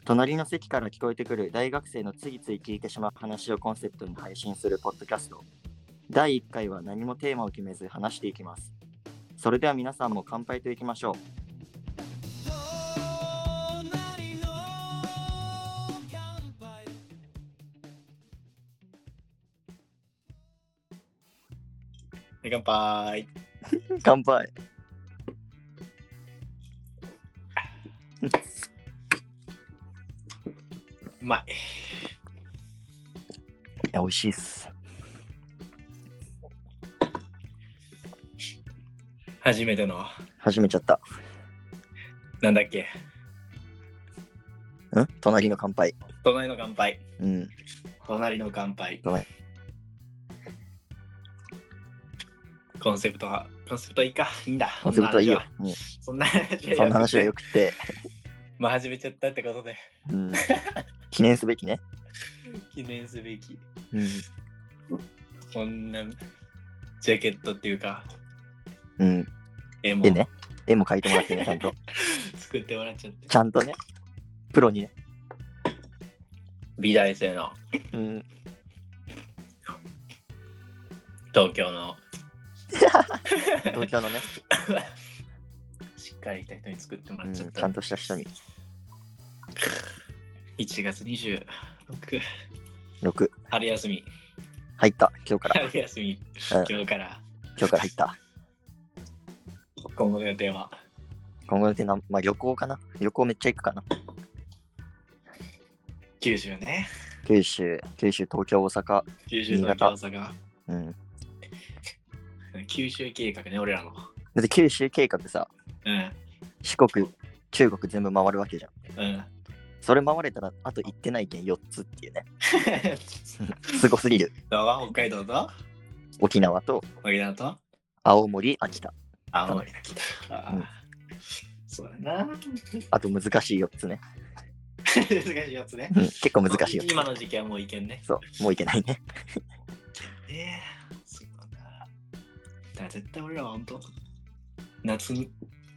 隣の席から聞こえてくる大学生のついつい聞いてしまう話をコンセプトに配信するポッドキャスト。第1回は何もテーマを決めず話していきます。それでは皆さんも乾杯といきましょう。 乾杯。 乾杯。 うまい。 いや、美味しいっす。 初めての。 始めちゃった。 なんだっけ。 隣の乾杯。 隣の乾杯。 うん。 隣の乾杯。 ごめん。 コンセプトはいいか。いいんだ。 コンセプトはいいよ。 そんな話はよくて。 まあ始めちゃったってことで。 うん。記念すべきね。 記念すべき。 うん。 こんなジャケットっていうか。 うん。絵ね。絵も描いてもらってね、ちゃんと。 作ってもらっちゃって。 ちゃんとね。プロにね。 美大生の。 うん。 東京のね。 しっかりした人に作ってもらっちゃった。 ちゃんとした人に。 1月26。春休み。 入った、今日から。 春休み。今日から入った。 今後の予定はまあ旅行かな。旅行めっちゃ行くかな。 九州ね。 九州、東京、大阪。 大阪。 うん。 九州計画ね、俺らの。 だって九州計画さ、 うん。 四国、中国全部回るわけじゃん。 うん。 それ回れたらあと行ってないけん4つっていうね。すごすぎる。 北海道と沖縄と青森、秋田。 そうだな。 あと難しい4つね。 難しい4つね。 結構難しいよ。 今の時期はもういけんね。 そう、もういけないね。 そうなんだ。だから絶対俺らは本当夏に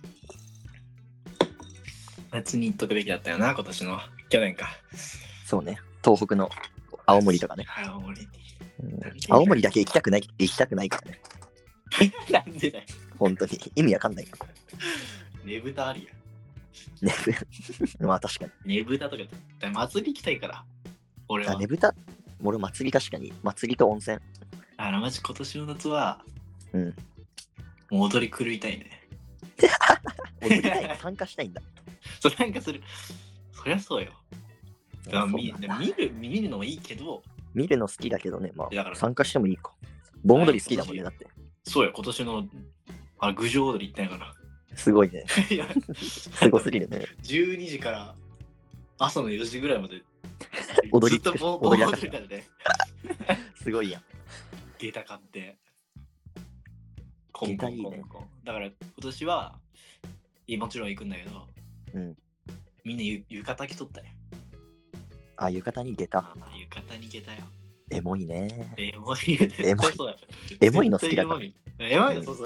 行っとくべきだったよな、今年の。去年か。 そうね。東北の青森とかね。青森だけ行きたくないからね。 なんでだよ。 本当に意味わかんないから。 ねぶたありや。 まあ確かに。 ねぶたとか祭り行きたいから。俺は。 ねぶた俺祭り確かに。祭りと温泉。 マジ今年の夏は、 もう踊り狂いたいね。 踊りたい参加したいんだ。 なんかする。そりゃそうよ。見るのもいいけど。 見るの好きだけどね、まあ参加してもいいか。盆踊り好きだもんね、だって。 そうよ、今年の郡上踊り行ったんやから。 すごいね。すごすぎるね。 12時から朝の4時ぐらいまで踊りずっと踊りたるね。 すごいやん。 下駄買って。 下駄いいね。 だから今年はもちろん行くんだけど、みんな浴衣着とったよ。 浴衣に下駄。 浴衣に下駄よ。 エモいね。 エモいの好きだから。 エモいのそう。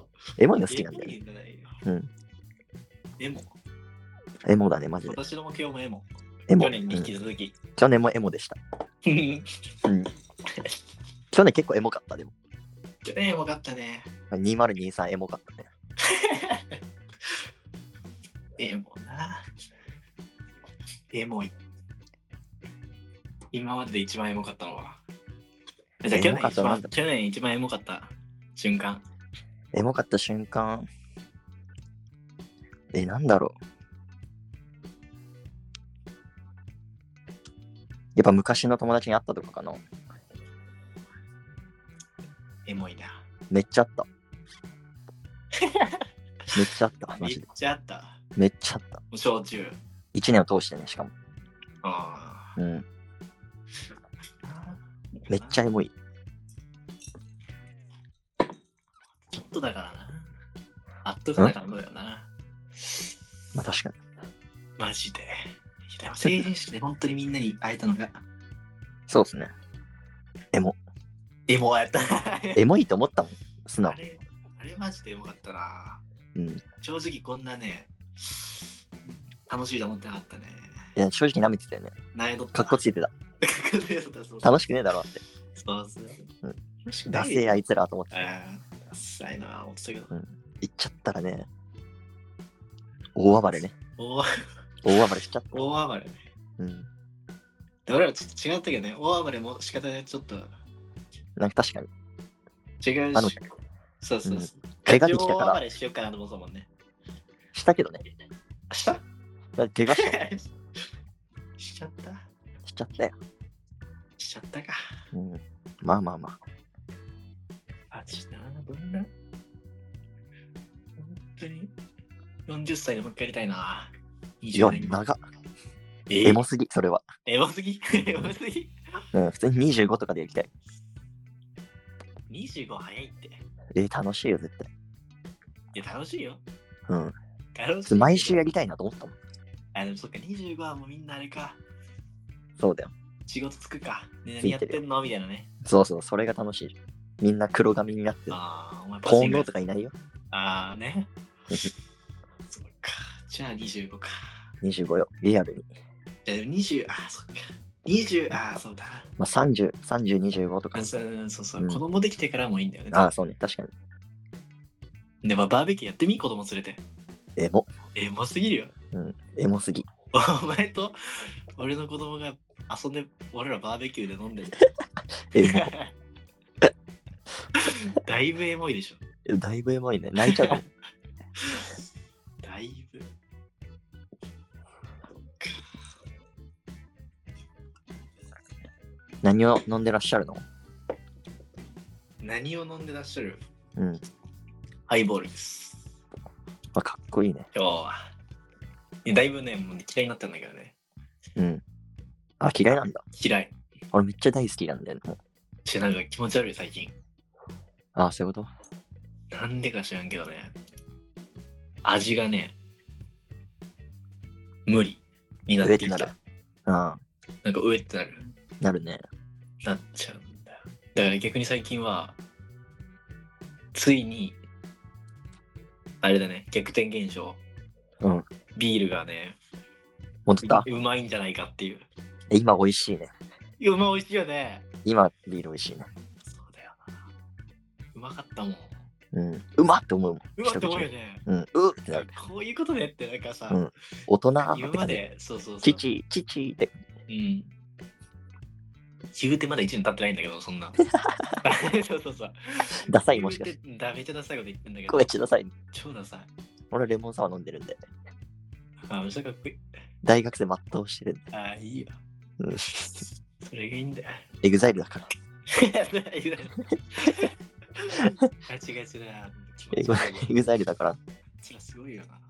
エモいの好きなんだよ。エモだね、マジで。 私の目標もエモ。 去年に引き続き。 去年もエモでした。去年結構エモかった、でも。 去年エモかったね。 2023エモかったね。 エモな。エモい。今までで一番エモかったのは。去年一番エモかった瞬間。 エモかった瞬間。なんだろう。やっぱ昔の友達に会ったとかかな。 エモいな。 めっちゃあった。マジで。 めっちゃあった。小中。 1年を通してね、しかも。めっちゃエモい。 ちょっとだからな。あっとくな感動だよな。 まあ確かに。 マジで。でも成人式で本当にみんなに会えたのが。 そうですね。エモやった。エモいと思ったもん。素直。 あれマジでエモかったな。 うん。 正直こんなね、楽しいと思ってなかったね。 いや、正直舐めてたよね。 なえとった。 かっこついてた。 かっこついてた。そう楽しくねえだろって。 そうそう。楽しくないダセえあいつらと思ってた。 ダサいな、思ってたけど。 行っちゃったらね、大暴れね。大暴れしちゃった。 大暴れね。で俺らちょっと違ったけどね、大暴れも仕方でちょっと。 なんか確かに。 違うし。そうそうそう。 怪我できたから。 大暴れしようかなと思ったもんね。 したけどね。 した怪我した。 しちゃったしちゃったよ。 しちゃったか。 まあまあまあ。どんな本当に40歳でもう一回やりたいな。 いや、長っ。エモすぎ、それは。 エモすぎエモすぎ普通に25とかでやりたい。 25早いって。 楽しいよ、絶対。 いや、楽しいよ。 楽しい。毎週やりたいなと思ったもん。 でもそっか、25はもうみんなあれか。 そうだよ。 仕事つくか。何やってんのみたいなね。 そうそう、それが楽しい。みんな黒髪になってる。コンロとかいないよ。 ね。そっか。じゃあ25か。 25よ、リアルに。 20、そっか。20、そうだ。 まあ30、25とか。 そうそう、子供できてからもいいんだよね。 そうね、確かに。でもバーベキューやってみ、子供連れて。 エモすぎるよ。 エモすぎ。 お前と俺の子供が遊んで、俺らバーベキューで飲んでる。だいぶエモいでしょ。 だいぶエモいね。泣いちゃうかも。 だいぶ。 何を飲んでらっしゃるの？ 何を飲んでらっしゃる？ハイボールです。 かっこいいね。 今日は。だいぶね、もう嫌いになったんだけどね。 嫌いなんだ。 嫌い。 俺めっちゃ大好きなんだよね。 なんか気持ち悪い最近。 そういうこと？なんでか知らんけどね。味がね、無理になってきた。なんか上ってなる。 なるね。 なっちゃうんだよ。だから逆に最近は、ついに、あれだね、逆転現象。ビールがね、うまいんじゃないかっていう。 今美味しいね。 美味しいよね。 今ビール美味しいね。 そうだよな。うまかったもん。 うまって思うもん。 うまって思うよね。 ってなる。 こういうことねってなんかさ、 大人今まで、そう。 父って。 言うてまだ1年経ってないんだけど、そんな。そう。 ダサいもしかして。 めっちゃダサいこと言ってんだけど。 めっちゃダサい。 超ダサい。 俺レモンサワー飲んでるんで。 めっちゃかっこいい。 大学生全うしてるんで。 いいよ。それがいいんだよ。 エグザイルだから。 違う。 エグザイルだから。 それすごいよな。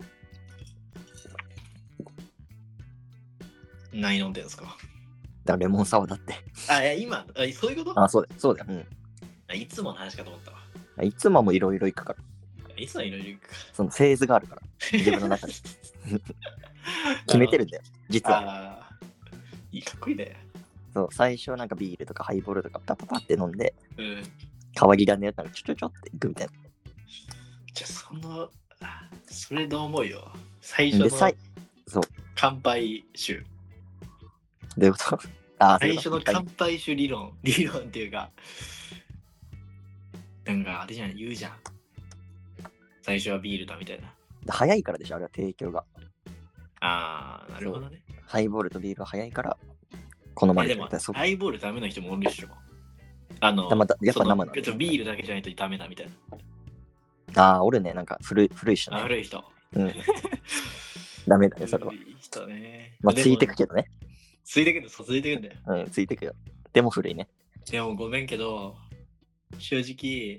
何飲んでるんですか？ だからレモンサワーだって。 今、そういうこと？ そうだよ。 いつもの話かと思ったわ。 いつももいろいろ行くから。 いつもいろいろ行くか。 そのフェーズがあるから。自分の中で。決めてるんだよ。実は。 かっこいいね。 そう、最初なんかビールとかハイボールとかパパって飲んで、変わり種やったらちょっていくみたいな。 じゃあそれどう思うよ。最初の乾杯酒。 どういうこと？ 最初の乾杯酒理論っていうか、なんかあれじゃん、言うじゃん。最初はビールだみたいな。 早いからでしょ、あれは提供が。 なるほどね。 ハイボールとビールは早いから好まれてる。 でもハイボールダメな人もおるでしょ。 やっぱ生なの。 ビールだけじゃないとダメだみたいな。 俺ね、なんか古い人ね。 古い人。 ダメだね、それは。 古い人ね。 ついてくけどね。 ついてくんだよ。 ついてくよ。でも古いね。 でもごめんけど、正直、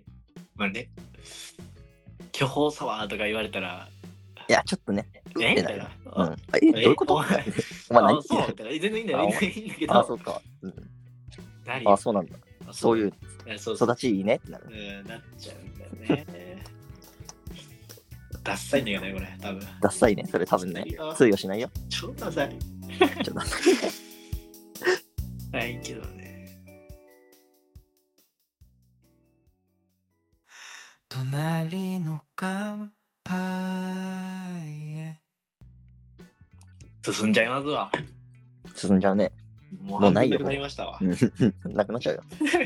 巨峰サワーとか言われたら、 いや、ちょっとね。 みたいな。 どういうこと？お前何？ そうみたいな。全然いいんだよ。いいんだけど。 そうか。そうなんだ。そういう育ちいいねってなる。 なっちゃうんだよね。ダッサいんだよね、これ、多分。 ダッサいね、それ多分ね。通用しないよ。 超ダサい。ないけどね。隣の乾杯へ進んじゃいますわ。 進んじゃうね。 ももうないよなくなりましたわ。 なくなっちゃうよ。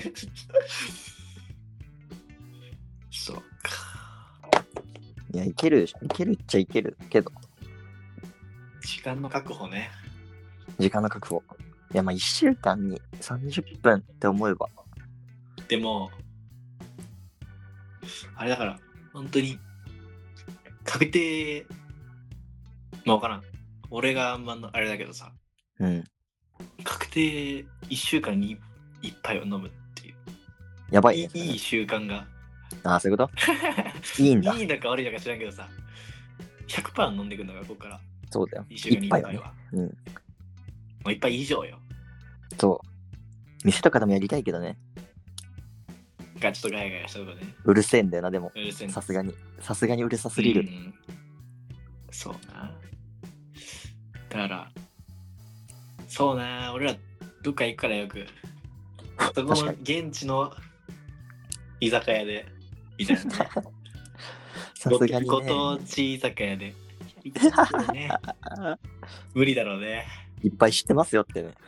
そうか。 いや、いけるっちゃいけるけど、 時間の確保ね。 時間の確保。いや、まあ1週間に30分って思えば。 でも、あれだから、本当に、確定、まあ分からん。俺があんまあれだけどさ、 うん。 確定1週間に1杯を飲むっていう。 やばいね。 いい習慣が。 ああ、そういうこといいんだ。 いいのか悪いのか知らんけどさ、100% 飲んでくんだから、ここから。 そうだよ。 1週間に1杯は。 一杯はね。うん。 もう1杯以上よ。 そう。店とかでもやりたいけどね。 ちょっとガヤガヤしたとこね。 うるせえんだよな、でも。 うるせえんださすがにうるさすぎる。 そうな。だから、そうな。俺らどっか行くからよく。そこの現地の居酒屋で、みたいなね。 さすがにね。 ご当地居酒屋で。ね、無理だろうね。 いっぱい知ってますよってね。 いっ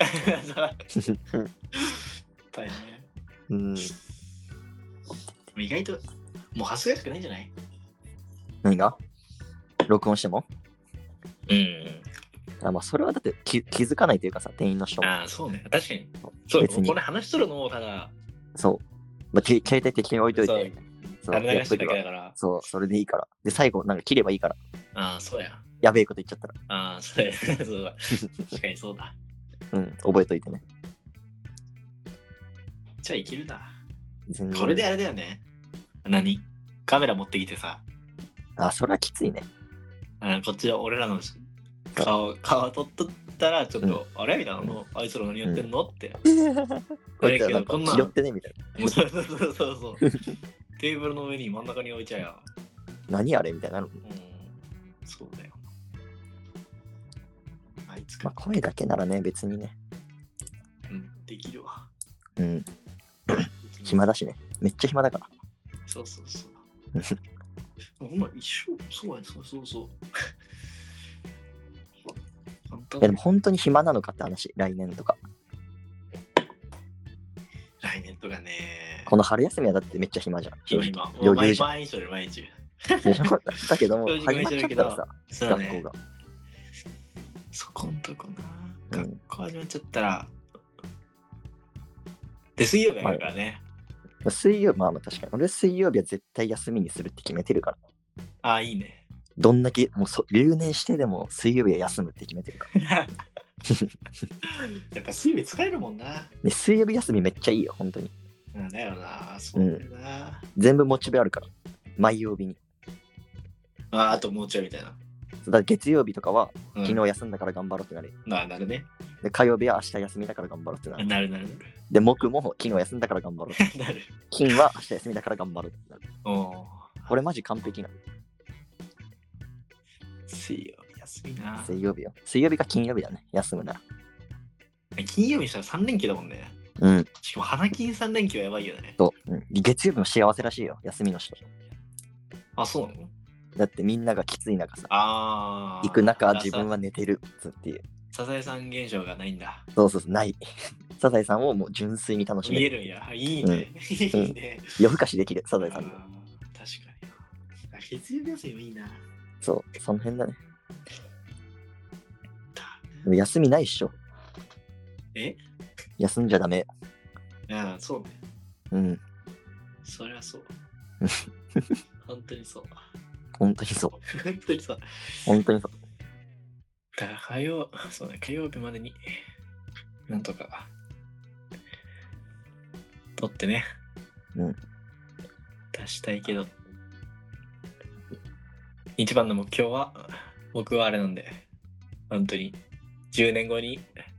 ぱいね。 うん。 意外と、もう恥ずかしくないんじゃない？ 何が？録音しても？ うん。 あ、まあ、それはだって気づかないというかさ、店員の人も。 ああ、そうね。確かに。そう、 別にこれ話しとるのもただ、 そう。まあ、携帯適当に置いといて。 垂れ流しただけだから。 そう、それでいいから。で、最後、なんか切ればいいから。 ああ、そうや。 やべえこと言っちゃったら。 ああ、そうや。そうだ。確かにそうだ。 うん、覚えといてね。 じゃあいけるな。 全然これであれだよね。何？カメラ持ってきてさ。 あ、それはきついね。 こっちは俺らの顔撮っとったら、ちょっと、あれみたいなの、あいつら何やってんのって。 こいつはなんか拾ってねみたいな。 そう。テーブルの上に真ん中に置いちゃや。 何あれみたいなの。 そうだよ。あいつか。 まあ、声だけならね、別にね。 できるわ。 うん。暇だしね。めっちゃ暇だから。 そう。お前一緒。そう。 いやでも本当に暇なのかって話、来年とか。 来年とかね。 この春休みはだってめっちゃ暇じゃん。 今。 余裕じゃん。 毎日。 だけども、始まっちゃったらさ、学校が。 そこんとこな。学校始まっちゃったら。で、水曜日あるからね。 水曜日、まあ確かに。俺水曜日は絶対休みにするって決めてるから。 ああ、いいね。 どんだけ、もう留年してでも水曜日は休むって決めてるから。 やっぱ水曜日疲れるもんな。 水曜日休みめっちゃいいよ、本当に。 だよな、そうだよな。 全部モチベあるから、毎曜日に。 あともうちょいみたいな。 だから月曜日とかは、昨日休んだから頑張ろうってなる。 なるね。 で、火曜日は明日休みだから頑張ろうってなる。 なる。 で、木も昨日休んだから頑張ろうってなる。 金は明日休みだから頑張ろうってなる。これマジ完璧なの。 水曜日休みな。 水曜日よ。水曜日か金曜日だね。休むなら。 金曜日したら3連休だもんね。しかも花金3連休はやばいよね。 そう。月曜日も幸せらしいよ。休みの人。 あ、そうなの？ だってみんながきつい中さ。行く中自分は寝てるっていう。 サザエさん現象がないんだ。 そう、ない。サザエさんをもう純粋に楽しめる。 見えるんや。いいね。いいね。 夜更かしできる、サザエさん。 確かに。月曜日休みもいいな。 そう、その辺だね。休みないっしょ。休んじゃダメ。 そうね。 それはそう。本当にそう。 本当にそう。 だから火曜日までになんとか取ってね。出したいけど。一番の目標は僕はあれなんで、本当に10年後に。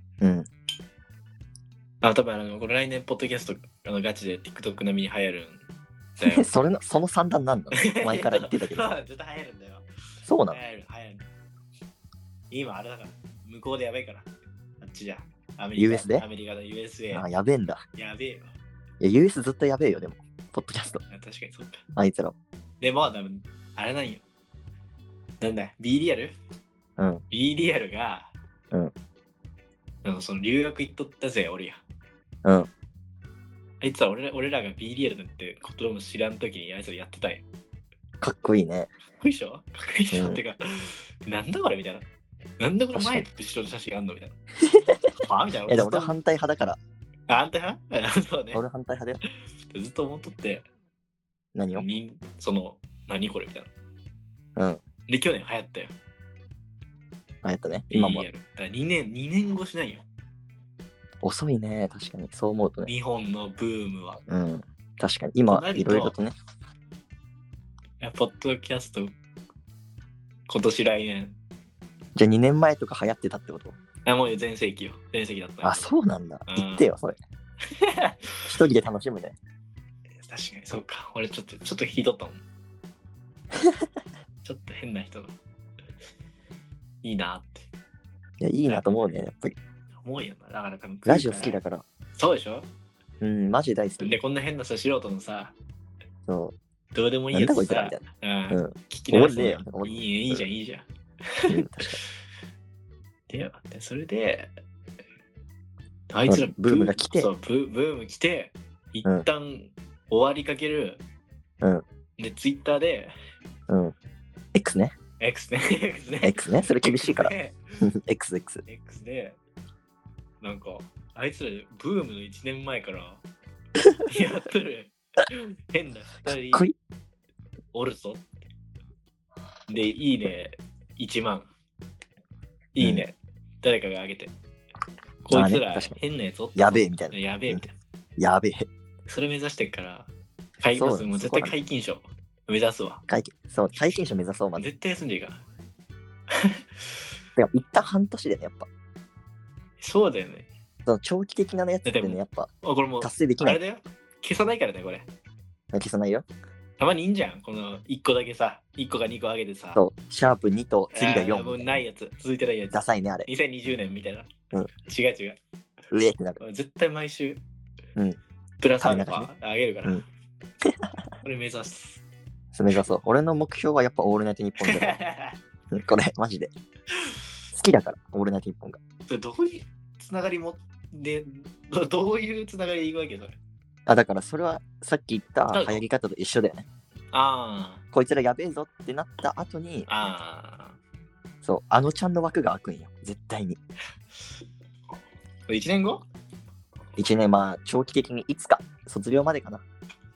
多分これ来年ポッドキャストガチで TikTok 並みに流行るんだよ。 その算段なんだ。前から言ってたけど。 絶対流行るんだよ。 そうなの？ 流行る。今あれだから、向こうでやべえから。あっちじゃ。 US で？ アメリカの USA。 やべえんだ。 やべえよ。 いや、US ずっとやべえよ、でも。ポッドキャスト。 確かにそうか。 あいつら。 でも、多分あれなんよ。なんだ、B リアル？B リアルが、 その留学行っとったぜ、俺や。 うん。 あいつは俺らが B リールなんて言葉も知らんときにあいつはやってたんよ。 かっこいいね。 かっこいいでしょかっこいいでしょ、ってか、なんだこれみたいな。なんでこの前と後ろの写真あんのみたいな。はあみたいな。 でも俺反対派だから。 反対派そうね。 俺反対派だよ。 ずっと思っとって。 何を何これみたいな。うん。 で、去年流行ったよ。 流行ったね。今も。 だから2年越しないよ。 遅いね。確かに。そう思うとね。 日本のブームは。 うん。確かに。今、いろいろとね。 ポッドキャスト、今年来年。 じゃあ2年前とか流行ってたってこと？ もう全盛期よ。全盛期だった。 あ、そうなんだ。言ってよ、それ。一人で楽しむね。 確かに、そうか。俺ちょっと引き取ったもん。ちょっと変な人が。いいなって。 いや、いいなと思うね、やっぱり。 思うよな。だから多分。 ラジオ好きだから。 そうでしょ？ うん、マジ大好き。 で、こんな変なさ、素人のさ、 そう。 どうでもいいやつさ、聞きなさい。いいじゃん、いいじゃん。で、それで、あいつらブームが来て、 そう、ブーム来て、一旦終わりかける。 うん。 で、ツイッターで、 うん。X ね。 X ね。それ厳しいから。X で、なんか、あいつらブームの1年前からやっとる変な2人おるぞ。で、いいね、1万。いいね、誰かがあげて。こいつら変なやつおった。 やべえみたいな。 やべえ。 やべえ。 それ目指してっから、もう絶対皆勤賞目指すわ。 皆勤賞目指そう、まず。 絶対休んでいいから。 でも一旦半年でね、やっぱ。 そうだよね。 その長期的なやつってね、やっぱこれも達成できない。 あれだよ。消さないからね、これ。 消さないよ。 たまにいいんじゃん。この1個だけさ、1個か2個上げてさ。 そう、シャープ2と次が4。 もうないやつ、続いてないやつ。 ダサいね、あれ。 2020年みたいな。 うん。 違う。 うえってなる。 絶対毎週、 プラスアルファあげるから。これ目指す。 目指そう。俺の目標はやっぱオールナイトニッポンだこれ、マジで。好きだから、オールナイトニッポンが。 どういうつながりも、で、どういうつながりでいくわけそれ。 だからそれはさっき言った流行り方と一緒だよね。こいつらやべえぞってなった後に、そう、ちゃんの枠が開くんよ。絶対に。 1年後 ?1 年、まあ、長期的にいつか、卒業までかな。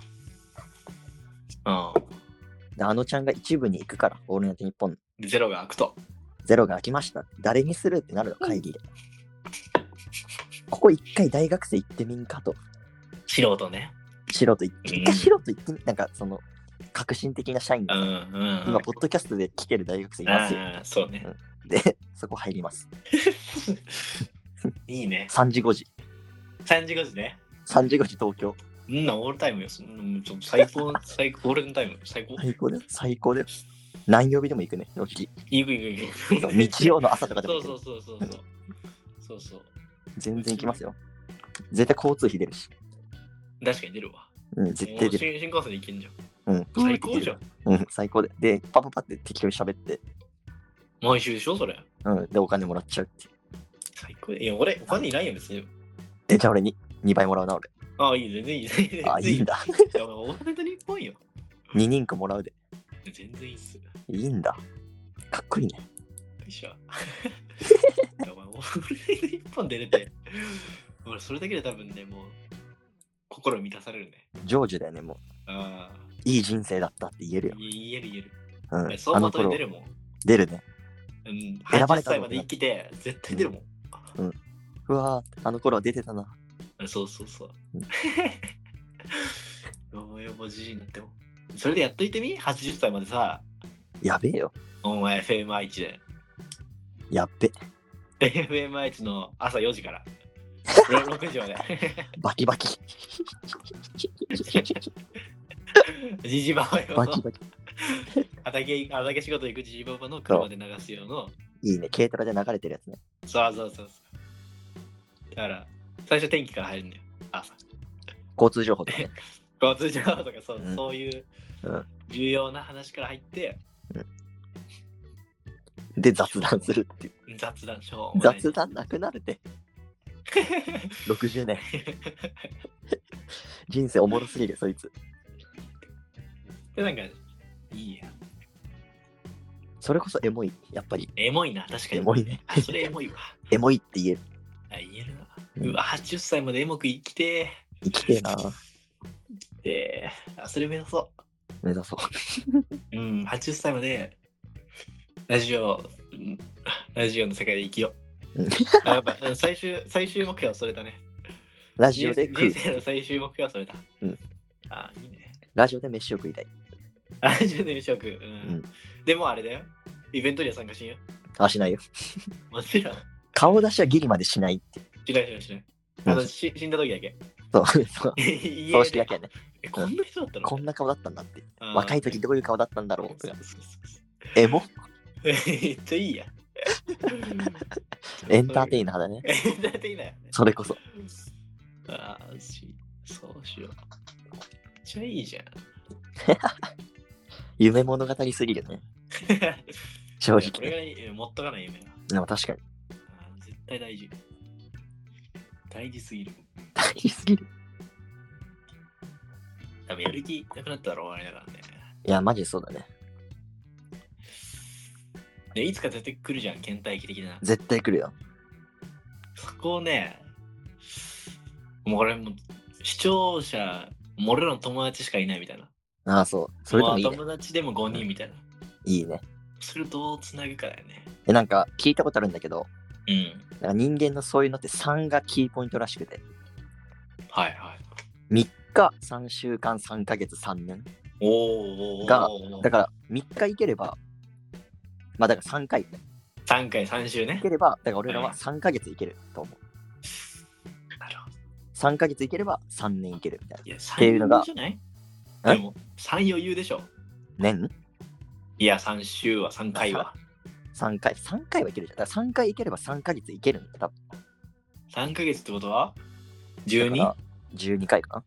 で、ちゃんが一部に行くから、オールナイトニッポン。 ゼロが開くと。 ゼロが開きました。誰にするってなるの、会議で。ここ一回大学生行ってみんかと。 素人ね。 一回素人行ってみ、なんかその、革新的な社員が、今、ポッドキャストで来てる大学生いますよ。 そうね。 で、そこ入ります。 いいね。 3時5時。 3時5時ね。 3時5時東京。 オールタイムよ。最高、ゴールデンタイム。最高だよ。何曜日でも行くね、ロッキー。行く。 日曜の朝とかでも行く。 そう。 全然行きますよ。絶対交通費出るし。 確かに出るわ。 絶対出る。 新幹線で行けんじゃん。最高じゃん。最高で。で、パパって適当に喋って。 毎週でしょ、それ。 で、お金もらっちゃうって。 最高で。いや、俺、お金いないよ、別に。 じゃあ俺に2倍もらうな、俺。 いい、全然いい。 いいんだ。 オールナイトニッポンよ。 2人区もらうで。 全然いいっす。 いいんだ。かっこいいね。 よいしょ。オールナイトニッポン出れて、俺それだけで多分ね、もう、心満たされるね。 成就だよね、もう。いい人生だったって言えるよ。 言える。 その後で出るもん。 出るね。 選ばれた歳まで生きて、絶対出るもん。 うわぁ、あの頃は出てたな。 そう。もうじじいになっても。それでやっといてみ ?80 歳までさ。 やべえよ。 お前、FM 愛知で。 やっべ。 FM 愛知の朝4時から。6時まで。 バキバキ。 じじばばよ。 バキバキ。 畑仕事行くじじばばの車で流すようの。 いいね、軽トラで流れてるやつね。 そう。だから、最初天気から入るんだよ。朝。 交通情報とかね。 交通情報とかそういう重要な話から入って、 で雑談するっていう。 雑談なくなるって。 60年。人生おもろすぎる、そいつ。 で、なんか、いいや。 それこそエモい、やっぱり。 エモいな、確かに。 エモいね。 それエモいわ。 エモいって言える。 言えるな。うわ、80歳までエモく生きて生きてえな。 それ目指そう。 目指そう。 80歳までラジオの世界で生きよう。やっぱ最終目標はそれだね。 ラジオで食う。 人生の最終目標はそれだ。いいね。 ラジオで飯を食いたい。 ラジオで飯を食う。でもあれだよ。イベントには参加しんよ。 しないよ。 もちろん。 顔出しはギリまでしないって。 しない。死んだ時だけ。 そう葬式だけね。 こんな人だったの？ こんな顔だったんだって。若い時どういう顔だったんだろう。 めっちゃいいや。 エンターテイナーだね。 エンターテイナー。 それこそ。 そうしよう。めっちゃいいじゃん。 夢物語すぎるね。正直。 これが持っとかない夢。 でも確かに。 絶対大事。大事すぎる。 大事すぎる。 多分やる気なくなったら終わりだからね。 いや、マジそうだね。 でいつか絶対来るじゃん、倦怠期的な。 絶対来るよ。 そこをね、もう俺も視聴者、俺らの友達しかいないみたいな。 そう。それでもいい、ね。 友達でも5人みたいな。 いいね。 それどうつなぐかだよね。 なんか聞いたことあるんだけど、なんか人間のそういうのって3がキーポイントらしくて。 はいはい。 3日、3週間、3ヶ月、3年。が、だから3日いければ、だから3回。 3回、3週ね。 いければ、だから俺らは3ヶ月いけると思う。 なるほど。 3ヶ月いければ3年いけるみたいな。 いや、っていうのが。でも、3余裕でしょ。 年？ いや、3週は、3回は。 3回はいけるじゃん。だから3回いければ3ヶ月いけるんだ、多分。 3ヶ月ってことは 12？ 12回かな。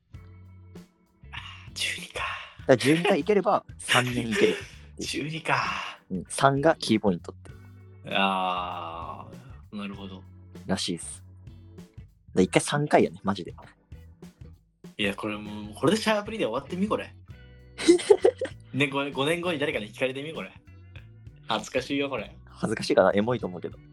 12か。 だから12回いければ3年いける。 12か。 3がキーポイントって。 なるほど。 らしいです。1回3回やね、マジで。 いや、これもう、これでシャープリで終わってみ、これ。5年後に誰かに聞かれてみ、これ。恥ずかしいよ、これ。 恥ずかしいかな、エモいと思うけど。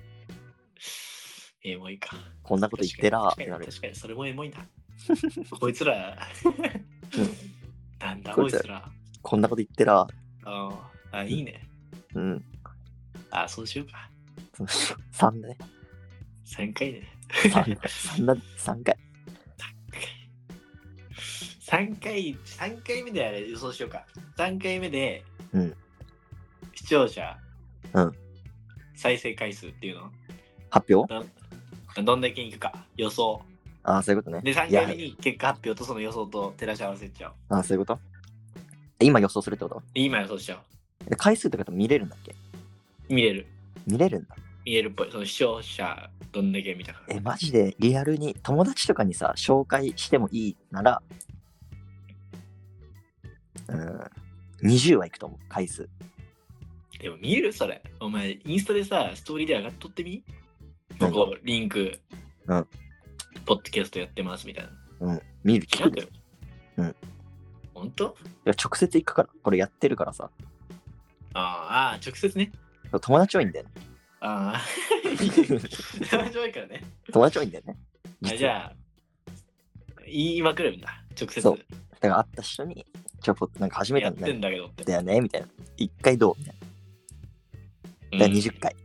エモいか。 こんなこと言ってら確かに、それもエモいな。こいつら、なんだこいつら。 こんなこと言ってら。 いいね。そうしようか。 3だね。 3回ね。 3回。 3回目であれ予想しようか。3回目で、視聴者、再生回数っていうの発表？ どんだけいくか予想。 そういうことね。 で、3回目に結果発表とその予想と照らし合わせちゃう。 そういうこと？今予想するってこと？ 今予想しちゃう。回数とか見れるんだっけ？ 見れるんだ。 見れるっぽい。その視聴者どんだけ見たか。 マジでリアルに友達とかにさ、紹介してもいいなら、20はいくと思う、回数。 でも見えるそれ。お前、インスタでさ、ストーリーで上がっとってみ？ここ、リンク、ポッドキャストやってますみたいな。 見る、聞くよ。 本当？ いや、直接行くから、これやってるからさ。 直接ね。 友達多いんだよね。 友達多いからね。 友達多いんだよね。 じゃあ、言いまくるんだ、直接。 そう。だから会った人に、なんか初めてやってんだけどって。 だよねみたいな。1回どうみたいな。だから20回。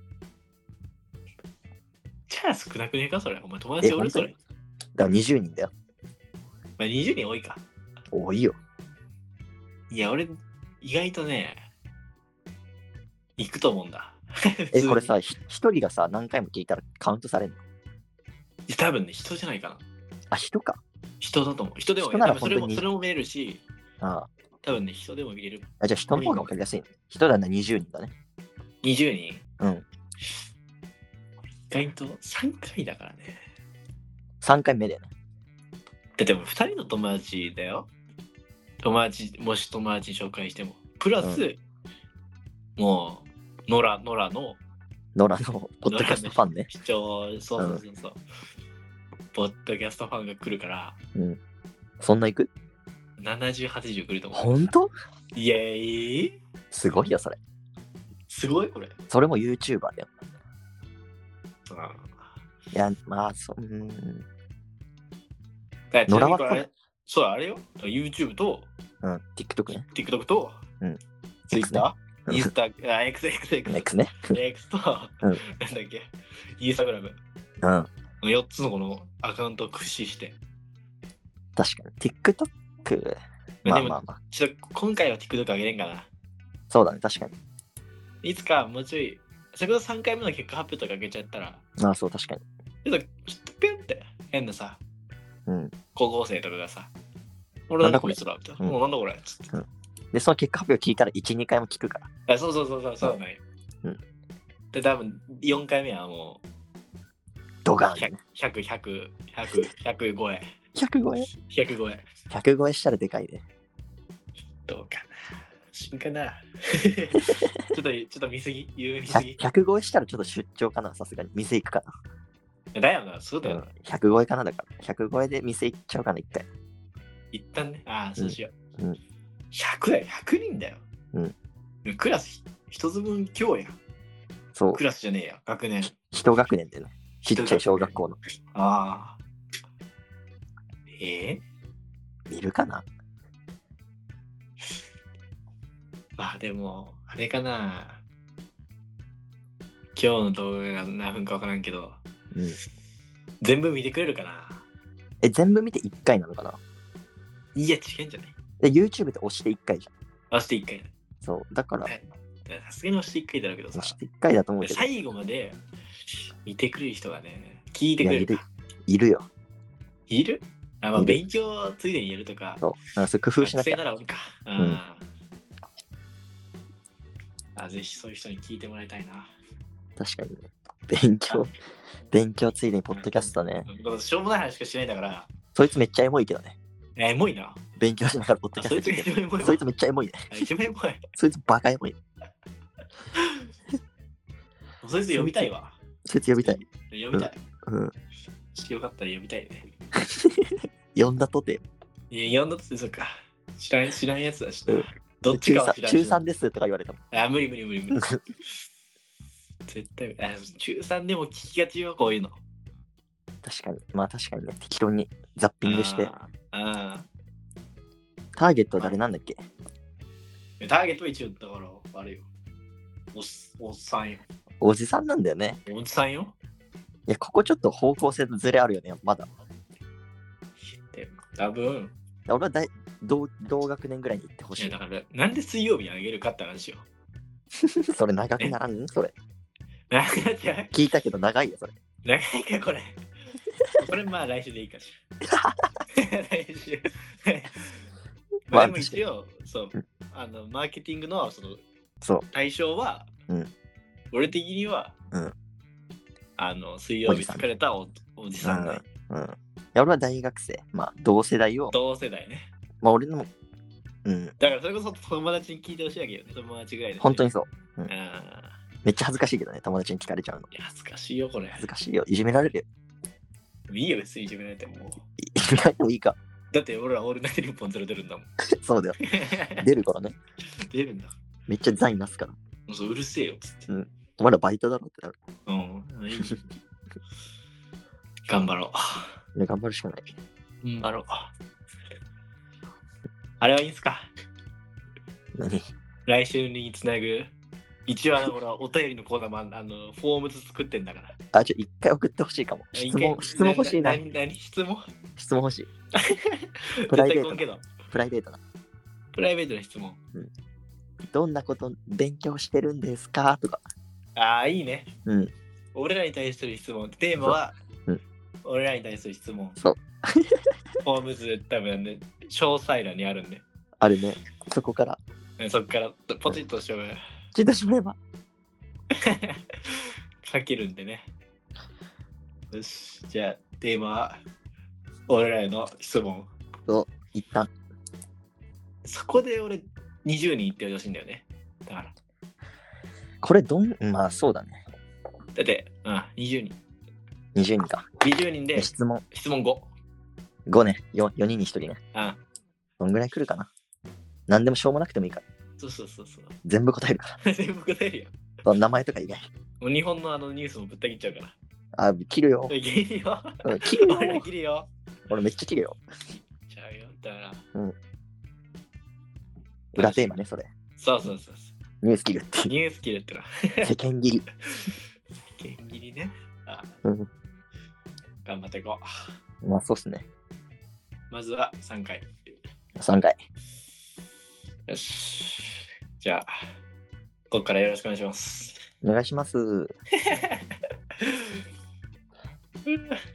じゃあ少なくねえか、それ。お前友達おるそれ。 だから20人だよ。 20人多いか。 多いよ。 いや、俺、意外とね、行くと思うんだ。 これさ、1人がさ、何回も聞いたらカウントされるの？ 多分ね、人じゃないかな。 人か。 人だと思う。人でも人なら本当にそれも見れるし、 多分ね、人でも見れる。 じゃあ人の方が分かりやすいね。人だな、20人だね。 20人？ 意外と3回だからね。 3回目だよね。 でも2人の友達だよ。もし友達に紹介しても。プラス、もう、ノラのポッドキャストファンね。 視聴、そう。 ポッドキャストファンが来るから、 そんな行く 70、80来ると思う。 ほんと？ イエーイ。 すごいよ、それ。 すごいこれ。 それも YouTuber だよ。 あいや、まあ、 野良はそう、あれよ。YouTube と、 TikTok ね。 TikTok と、Twitter、インスタ、X ね。 X と、なんだっけ、インスタグラム。4つのこのアカウントを駆使して。 確かに。TikTok。まあ。 ちょっと今回は TikTok 上げれんかな。 そうだね、確かに。 いつかもうちょい、それこそ3回目の結果発表とか上げちゃったら。 そう、確かに。 ちょっとピュンって変なさ、高校生とかがさ、俺なんだこいつらみたいな。なんだこれつって。 で、その結果発表聞いたら1、2回も聞くから。 そうね。で、多分4回目はもう、 ドガン。 100、100超え。 100超えしたらでかいね。 どうかな。死んかな。ちょっと見すぎ。 100超えしたらちょっと出張かな、さすがに。店行くかな。だよな、そうだよ。 100超えかな、だから。100超えで店行っちゃうかな、一回。 一旦ね。そうしよう。100だよ、100人だよ。クラス一つ分今日や。そう。クラスじゃねえや、学年。 一学年でね。ちっちゃい小学校の。見るかな。 でも、あれかな。今日の動画が何分か分からんけど、全部見てくれるかな。 全部見て1回なのかな。 いや、違うんじゃない？ YouTube で押して1回じゃん。 押して1回だ。 そう、だから。 さすがに押して1回だろうけどさ。 押して1回だと思うけど。 最後まで見てくれる人がね、聞いてくれる。 いるよ。 いる？勉強ついでにやるとか。 そう、工夫しなきゃ。 なら俺か。ぜひそういう人に聞いてもらいたいな。 確かにね。勉強ついでにポッドキャストね。 しょうもない話しかしないんだから。 そいつめっちゃエモいけどね。 エモいな。 勉強しながらポッドキャスト聞いてる。そいつめっちゃエモいね。 一番エモい。 そいつバカエモい。 そいつ呼びたいわ。 そいつ呼びたい。 呼びたい。よかったら呼びたいね。 呼んだとて。 いや、呼んだとて、そっか。知らんやつだし。どっちかは知らん。 中3ですとか言われたもん。 無理。絶対、中3でも聞きがちよ、こういうの。 確かに。確かにね。適当にザッピングして。ターゲットは誰なんだっけ？ ターゲットは一応、だから、あれよ。おっさんよ。 おじさんなんだよね。 おじさんよ。 いや、ここちょっと方向性のズレあるよね、まだ。 多分。 俺は同学年ぐらいに行ってほしい。 だから、なんで水曜日にあげるかって話よ。 それ長くならん？それ。 長くなっちゃう？ 聞いたけど長いよ、それ。 長いか、これ。これ来週でいいかしら。来週。でも一応、そう、マーケティングの対象は、俺的には、水曜日疲れたおじさんだ。 いや、俺は大学生。同世代を。 同世代ね。 俺のも、 だからそれこそ友達に聞いてほしいわけよね。友達ぐらいで。 本当にそう。めっちゃ恥ずかしいけどね、友達に聞かれちゃうの。 いや、恥ずかしいよ、これ。 恥ずかしいよ。いじめられるよ。 いいよ、別にいじめられても。 いじめられてもいいか。 だって俺らオールナイトニッポンゼロ出るんだもん。 そうだよ。出るからね。 出るんだ。 めっちゃザインなすから。 うるせえよ、つって。 お前らバイトだろってなる。 頑張ろう。ね、頑張るしかない。 頑張ろう。あれはいいんすか？ 何？ 来週につなぐ。一応俺はお便りのコーナーもフォームズ作ってんだから。 一回送ってほしいかも。質問欲しいな。 何質問欲しい。プライベートな。プライベートな質問。どんなこと勉強してるんですかとか。 いいね。俺らに対する質問。テーマは、俺らに対する質問。 そう。 フォームズ多分ね、詳細欄にあるんで。 あるね。そこから。 そこからポチッとしよう。 ポチッとしめば。 書けるんでね。よし。じゃあ、テーマは、俺らへの質問。 一旦。 そこで俺、20人言ってほしいんだよね。だから。 これそうだね。 だって、20人。 20人か。 20人で質問 5。 5ね。4人に1人ね。 あ、 どんぐらい来るかな。何でもしょうもなくてもいいから。 そう。 全部答えるか全部答えるよ。 ら。名前とか以外。 もう日本のニュースもぶった切っちゃうから。 あ、切るよ。 切るよ。 切るよ。 俺切るよ。 俺めっちゃ切るよ。 切っちゃうよ。だから。 裏テーマね、それ。 そう。 ニュース切るっていう。 ニュース切るっての。 世間切り。 世間切りね。頑張っていこう。まあそうっすね。 まずは3回。 3回。 よし。じゃあ、ここからよろしくお願いします。 お願いします。